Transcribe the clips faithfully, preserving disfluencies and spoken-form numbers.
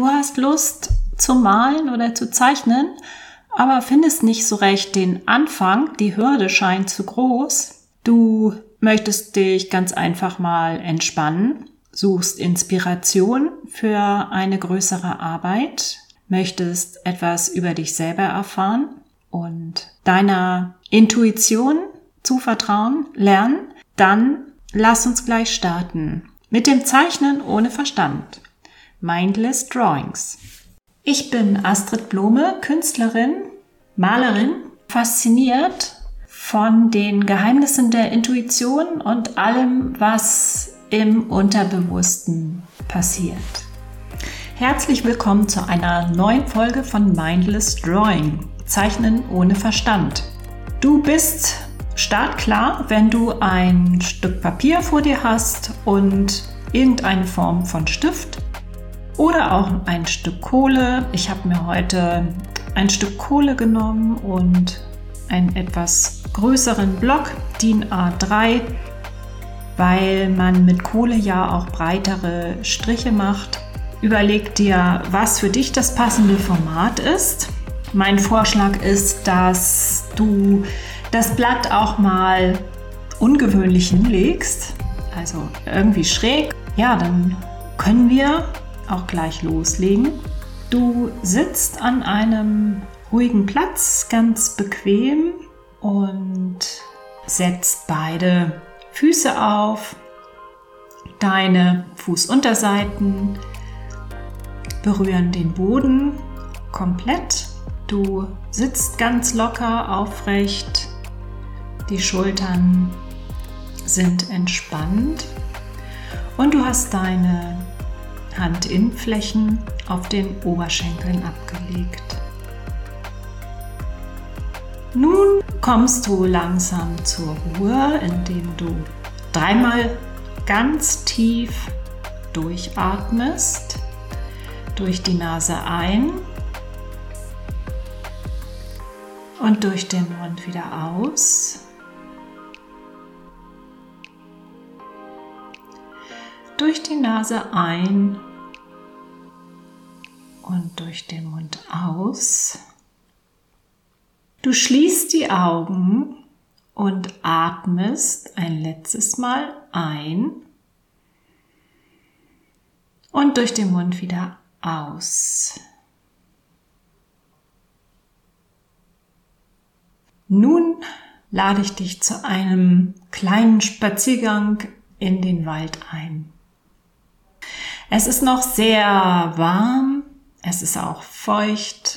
Du hast Lust zu malen oder zu zeichnen, aber findest nicht so recht den Anfang, die Hürde scheint zu groß. Du möchtest dich ganz einfach mal entspannen, suchst Inspiration für eine größere Arbeit, möchtest etwas über dich selber erfahren und deiner Intuition zuvertrauen lernen, dann lass uns gleich starten mit dem Zeichnen ohne Verstand. Mindless Drawings. Ich bin Astrid Blome, Künstlerin, Malerin, fasziniert von den Geheimnissen der Intuition und allem, was im Unterbewussten passiert. Herzlich willkommen zu einer neuen Folge von Mindless Drawing, Zeichnen ohne Verstand. Du bist startklar, wenn du ein Stück Papier vor dir hast und irgendeine Form von Stift oder auch ein Stück Kohle. Ich habe mir heute ein Stück Kohle genommen und einen etwas größeren Block, D I N A drei, weil man mit Kohle ja auch breitere Striche macht. Überleg dir, was für dich das passende Format ist. Mein Vorschlag ist, dass du das Blatt auch mal ungewöhnlich hinlegst, also irgendwie schräg. Ja, dann können wir auch gleich loslegen. Du sitzt an einem ruhigen Platz, ganz bequem und setzt beide Füße auf. Deine Fußunterseiten berühren den Boden komplett. Du sitzt ganz locker, aufrecht. Die Schultern sind entspannt und du hast deine Handinnenflächen auf den Oberschenkeln abgelegt. Nun kommst du langsam zur Ruhe, indem du dreimal ganz tief durchatmest, durch die Nase ein und durch den Mund wieder aus. Durch die Nase ein und durch den Mund aus. Du schließt die Augen und atmest ein letztes Mal ein und durch den Mund wieder aus. Nun lade ich dich zu einem kleinen Spaziergang in den Wald ein. Es ist noch sehr warm, es ist auch feucht.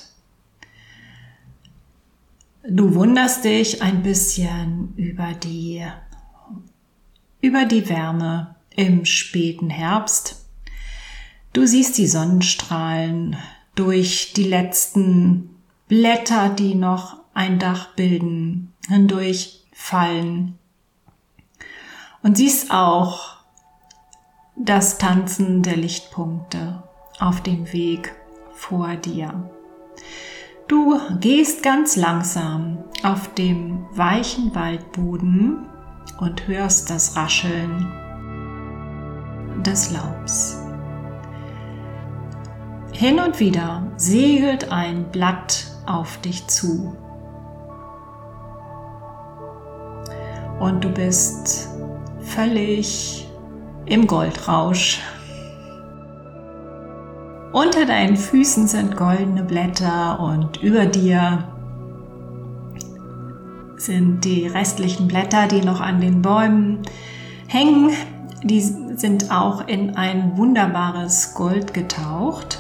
Du wunderst dich ein bisschen über die, über die Wärme im späten Herbst. Du siehst die Sonnenstrahlen durch die letzten Blätter, die noch ein Dach bilden, hindurch fallen. Und siehst auch das Tanzen der Lichtpunkte auf dem Weg vor dir. Du gehst ganz langsam auf dem weichen Waldboden und hörst das Rascheln des Laubs. Hin und wieder segelt ein Blatt auf dich zu. Und du bist völlig im Goldrausch. Unter deinen Füßen sind goldene Blätter und über dir sind die restlichen Blätter, die noch an den Bäumen hängen. Die sind auch in ein wunderbares Gold getaucht.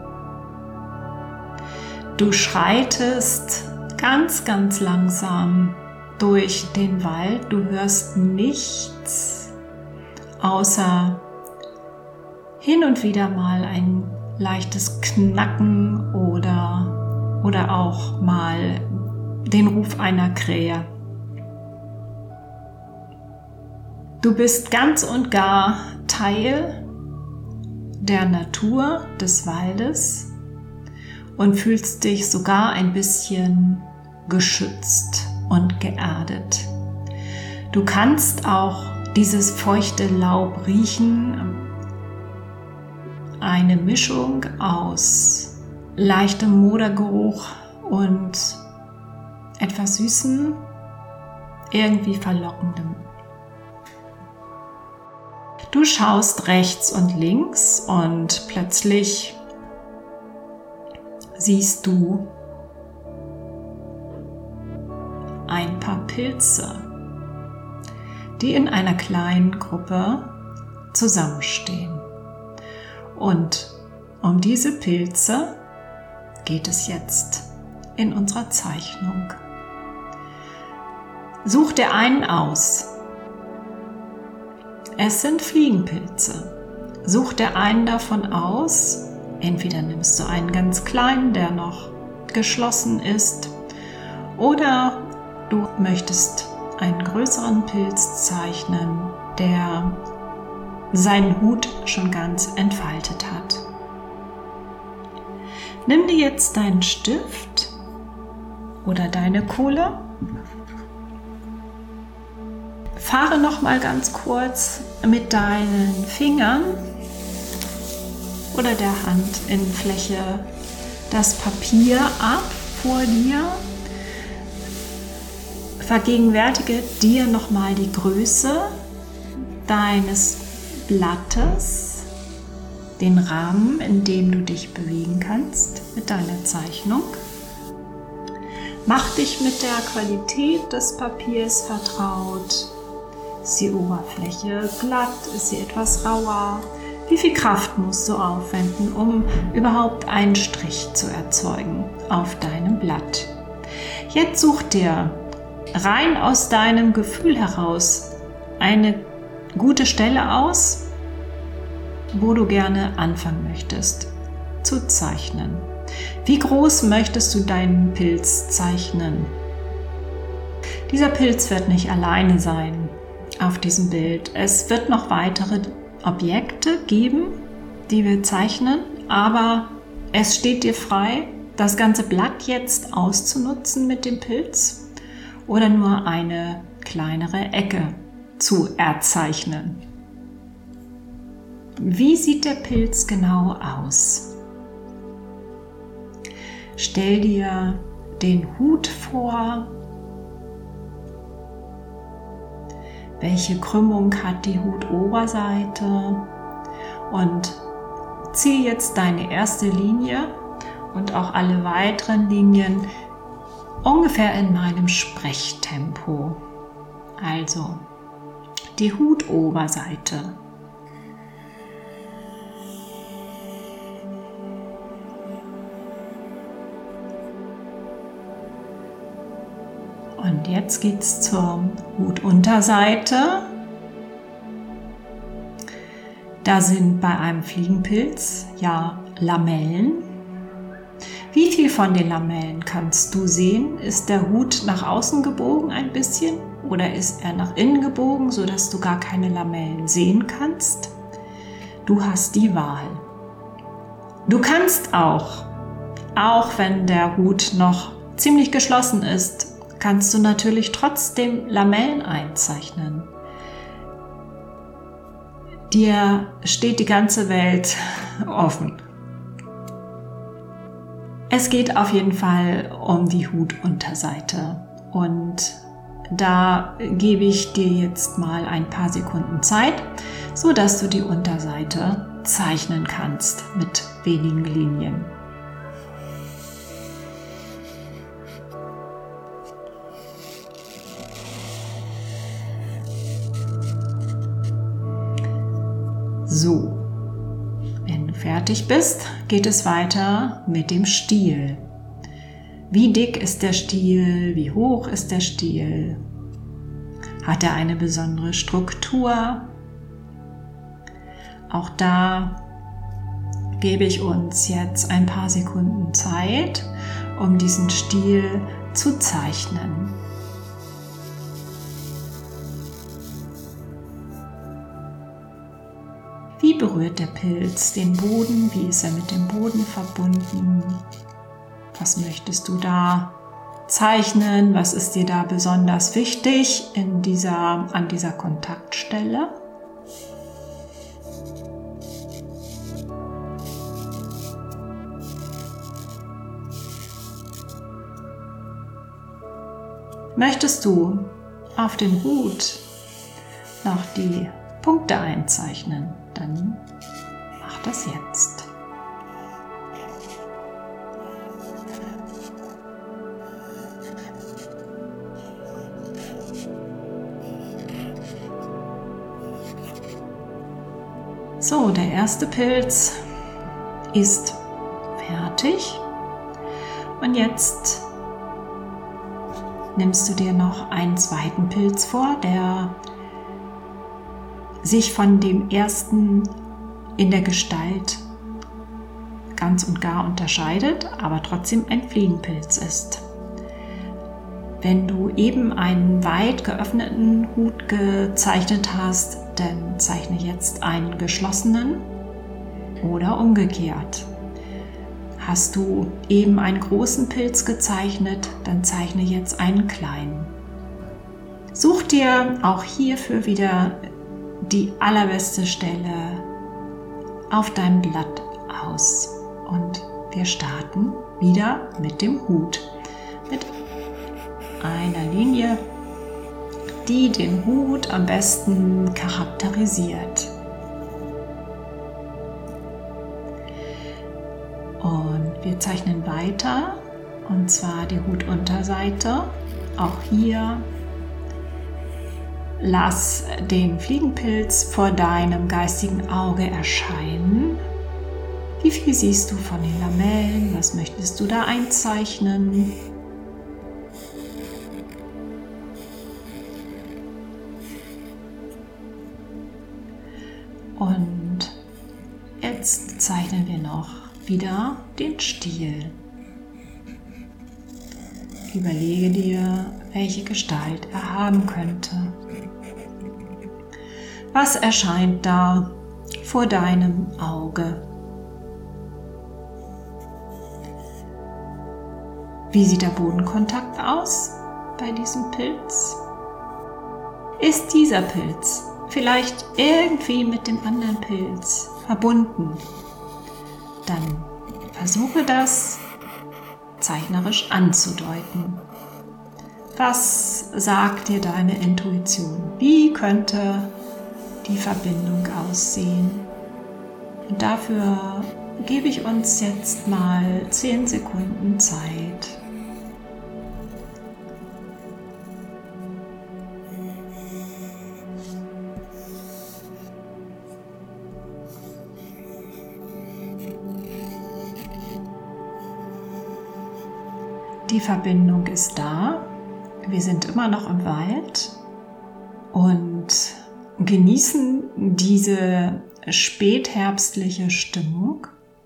Du schreitest ganz, ganz langsam durch den Wald. Du hörst nichts außer hin und wieder mal ein leichtes Knacken oder, oder auch mal den Ruf einer Krähe. Du bist ganz und gar Teil der Natur des Waldes und fühlst dich sogar ein bisschen geschützt und geerdet. Du kannst auch dieses feuchte Laub riechen, eine Mischung aus leichtem Modergeruch und etwas Süßem, irgendwie Verlockendem. Du schaust rechts und links und plötzlich siehst du ein paar Pilze, die in einer kleinen Gruppe zusammenstehen. Und um diese Pilze geht es jetzt in unserer Zeichnung. Such dir einen aus. Es sind Fliegenpilze. Such dir einen davon aus. Entweder nimmst du einen ganz kleinen, der noch geschlossen ist, oder du möchtest einen größeren Pilz zeichnen, der seinen Hut schon ganz entfaltet hat. Nimm dir jetzt deinen Stift oder deine Kohle. Fahre noch mal ganz kurz mit deinen Fingern oder der Handinnenfläche das Papier ab vor dir. Vergegenwärtige dir noch mal die Größe deines Blattes, den Rahmen, in dem du dich bewegen kannst mit deiner Zeichnung. Mach dich mit der Qualität des Papiers vertraut. Ist die Oberfläche glatt? Ist sie etwas rauer? Wie viel Kraft musst du aufwenden, um überhaupt einen Strich zu erzeugen auf deinem Blatt? Jetzt such dir rein aus deinem Gefühl heraus eine gute Stelle aus, wo du gerne anfangen möchtest zu zeichnen. Wie groß möchtest du deinen Pilz zeichnen? Dieser Pilz wird nicht alleine sein auf diesem Bild. Es wird noch weitere Objekte geben, die wir zeichnen, aber es steht dir frei, das ganze Blatt jetzt auszunutzen mit dem Pilz oder nur eine kleinere Ecke zu erzeichnen. Wie sieht der Pilz genau aus? Stell dir den Hut vor. Welche Krümmung hat die Hutoberseite? Und zieh jetzt deine erste Linie und auch alle weiteren Linien ungefähr in meinem Sprechtempo. Also die Hutoberseite. Und jetzt geht es zur Hutunterseite. Da sind bei einem Fliegenpilz ja Lamellen. Wie viel von den Lamellen kannst du sehen? Ist der Hut nach außen gebogen ein bisschen oder ist er nach innen gebogen, sodass du gar keine Lamellen sehen kannst? Du hast die Wahl. Du kannst auch, auch wenn der Hut noch ziemlich geschlossen ist, kannst du natürlich trotzdem Lamellen einzeichnen. Dir steht die ganze Welt offen. Es geht auf jeden Fall um die Hutunterseite und da gebe ich dir jetzt mal ein paar Sekunden Zeit, so dass du die Unterseite zeichnen kannst mit wenigen Linien. So, wenn du fertig bist, geht es weiter mit dem Stiel. Wie dick ist der Stiel? Wie hoch ist der Stiel? Hat er eine besondere Struktur? Auch da gebe ich uns jetzt ein paar Sekunden Zeit, um diesen Stiel zu zeichnen. Wie berührt der Pilz den Boden? Wie ist er mit dem Boden verbunden? Was möchtest du da zeichnen? Was ist dir da besonders wichtig in dieser, an dieser Kontaktstelle? Möchtest du auf den Hut noch die Punkte einzeichnen, dann mach das jetzt. So, der erste Pilz ist fertig und jetzt nimmst du dir noch einen zweiten Pilz vor, der sich von dem ersten in der Gestalt ganz und gar unterscheidet, aber trotzdem ein Fliegenpilz ist. Wenn du eben einen weit geöffneten Hut gezeichnet hast, dann zeichne jetzt einen geschlossenen oder umgekehrt. Hast du eben einen großen Pilz gezeichnet, dann zeichne jetzt einen kleinen. Such dir auch hierfür wieder die allerbeste Stelle auf deinem Blatt aus. Und wir starten wieder mit dem Hut. Mit einer Linie, die den Hut am besten charakterisiert. Und wir zeichnen weiter, und zwar die Hutunterseite. Auch hier lass den Fliegenpilz vor deinem geistigen Auge erscheinen. Wie viel siehst du von den Lamellen? Was möchtest du da einzeichnen? Und jetzt zeichnen wir noch wieder den Stiel. Überlege dir, welche Gestalt er haben könnte. Was erscheint da vor deinem Auge? Wie sieht der Bodenkontakt aus bei diesem Pilz? Ist dieser Pilz vielleicht irgendwie mit dem anderen Pilz verbunden? Dann versuche das zeichnerisch anzudeuten. Was sagt dir deine Intuition? Wie könnte die Verbindung aussehen? Und dafür gebe ich uns jetzt mal zehn Sekunden Zeit. Die Verbindung ist da. Wir sind immer noch im Wald und genießen diese spätherbstliche Stimmung.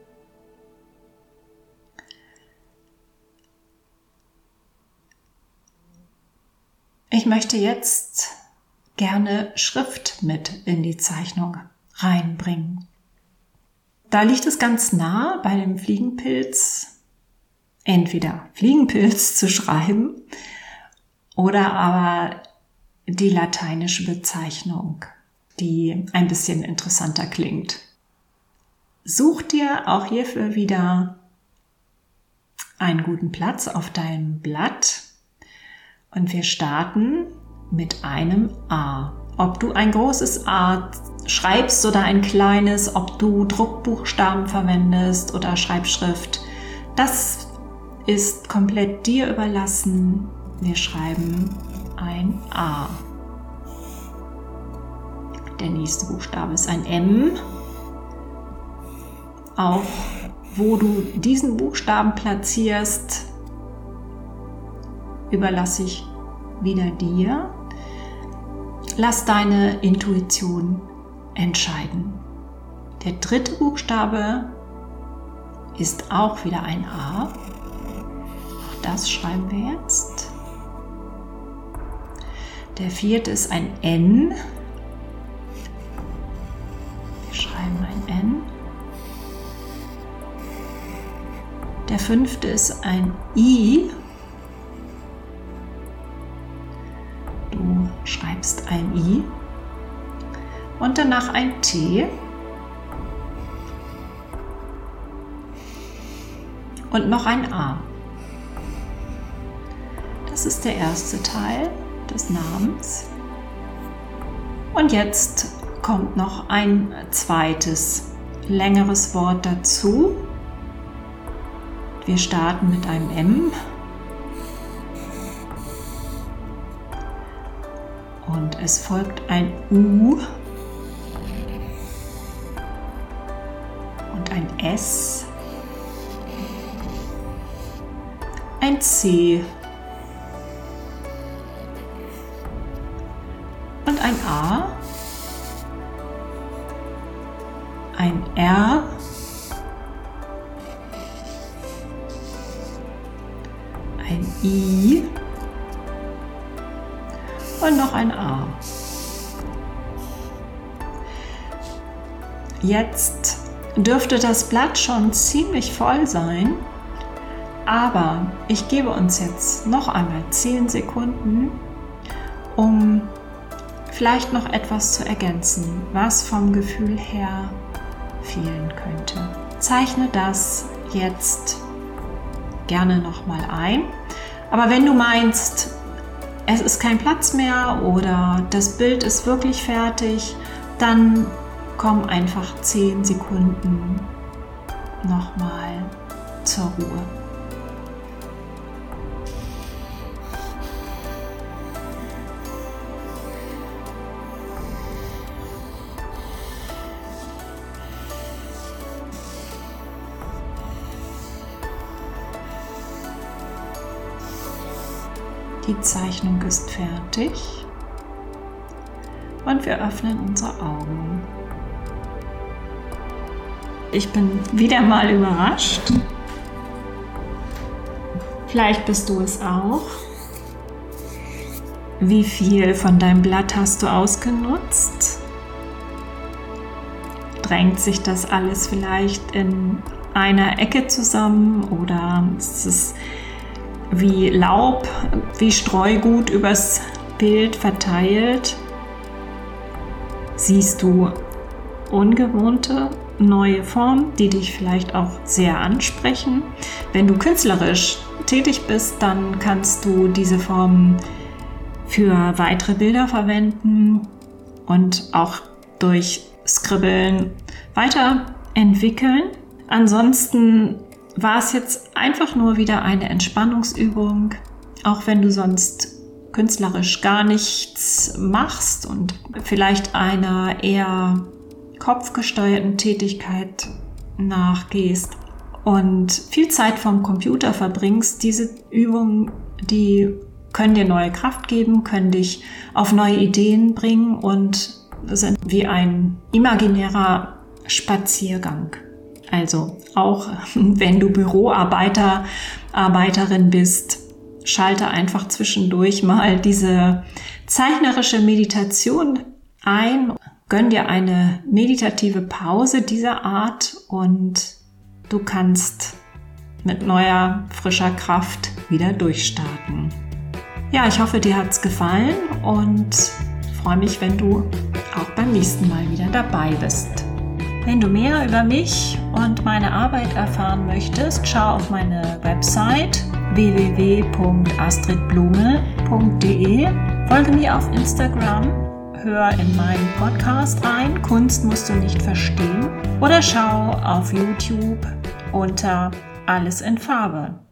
Ich möchte jetzt gerne Schrift mit in die Zeichnung reinbringen. Da liegt es ganz nah, bei dem Fliegenpilz entweder Fliegenpilz zu schreiben oder aber die lateinische Bezeichnung, die ein bisschen interessanter klingt. Such dir auch hierfür wieder einen guten Platz auf deinem Blatt und wir starten mit einem A. Ob du ein großes A schreibst oder ein kleines, ob du Druckbuchstaben verwendest oder Schreibschrift, das ist komplett dir überlassen. Wir schreiben ein A. Der nächste Buchstabe ist ein M. Auch wo du diesen Buchstaben platzierst, überlasse ich wieder dir. Lass deine Intuition entscheiden. Der dritte Buchstabe ist auch wieder ein A. Das schreiben wir jetzt. Der vierte ist ein N. Wir schreiben ein N. Der fünfte ist ein I. Du schreibst ein I. Und danach ein T. Und noch ein A. Das Das ist der erste Teil des Namens. Und jetzt kommt noch ein zweites, längeres Wort dazu. Wir starten mit einem M. Und es folgt ein U und ein S, ein C und ein A, ein R, ein I und noch ein A. Jetzt dürfte das Blatt schon ziemlich voll sein, aber ich gebe uns jetzt noch einmal zehn Sekunden, um vielleicht noch etwas zu ergänzen, was vom Gefühl her fehlen könnte. Zeichne das jetzt gerne nochmal ein, aber wenn du meinst, es ist kein Platz mehr oder das Bild ist wirklich fertig, dann komm einfach zehn Sekunden nochmal zur Ruhe. Die Zeichnung ist fertig und wir öffnen unsere Augen. Ich bin wieder mal überrascht. Vielleicht bist du es auch. Wie viel von deinem Blatt hast du ausgenutzt? Drängt sich das alles vielleicht in einer Ecke zusammen oder ist es wie Laub, wie Streugut übers Bild verteilt? Siehst du ungewohnte, neue Formen, die dich vielleicht auch sehr ansprechen? Wenn du künstlerisch tätig bist, dann kannst du diese Formen für weitere Bilder verwenden und auch durch Skribbeln weiterentwickeln. Ansonsten war es jetzt einfach nur wieder eine Entspannungsübung, auch wenn du sonst künstlerisch gar nichts machst und vielleicht einer eher kopfgesteuerten Tätigkeit nachgehst und viel Zeit vom Computer verbringst. Diese Übungen, die können dir neue Kraft geben, können dich auf neue Ideen bringen und sind wie ein imaginärer Spaziergang. Also auch wenn du Büroarbeiter, Arbeiterin bist, schalte einfach zwischendurch mal diese zeichnerische Meditation ein. Gönn dir eine meditative Pause dieser Art und du kannst mit neuer, frischer Kraft wieder durchstarten. Ja, ich hoffe, dir hat es gefallen und freue mich, wenn du auch beim nächsten Mal wieder dabei bist. Wenn du mehr über mich und meine Arbeit erfahren möchtest, schau auf meine Website w w w punkt astrid blume punkt de, folge mir auf Instagram, hör in meinen Podcast rein, Kunst musst du nicht verstehen, oder schau auf YouTube unter Alles in Farbe.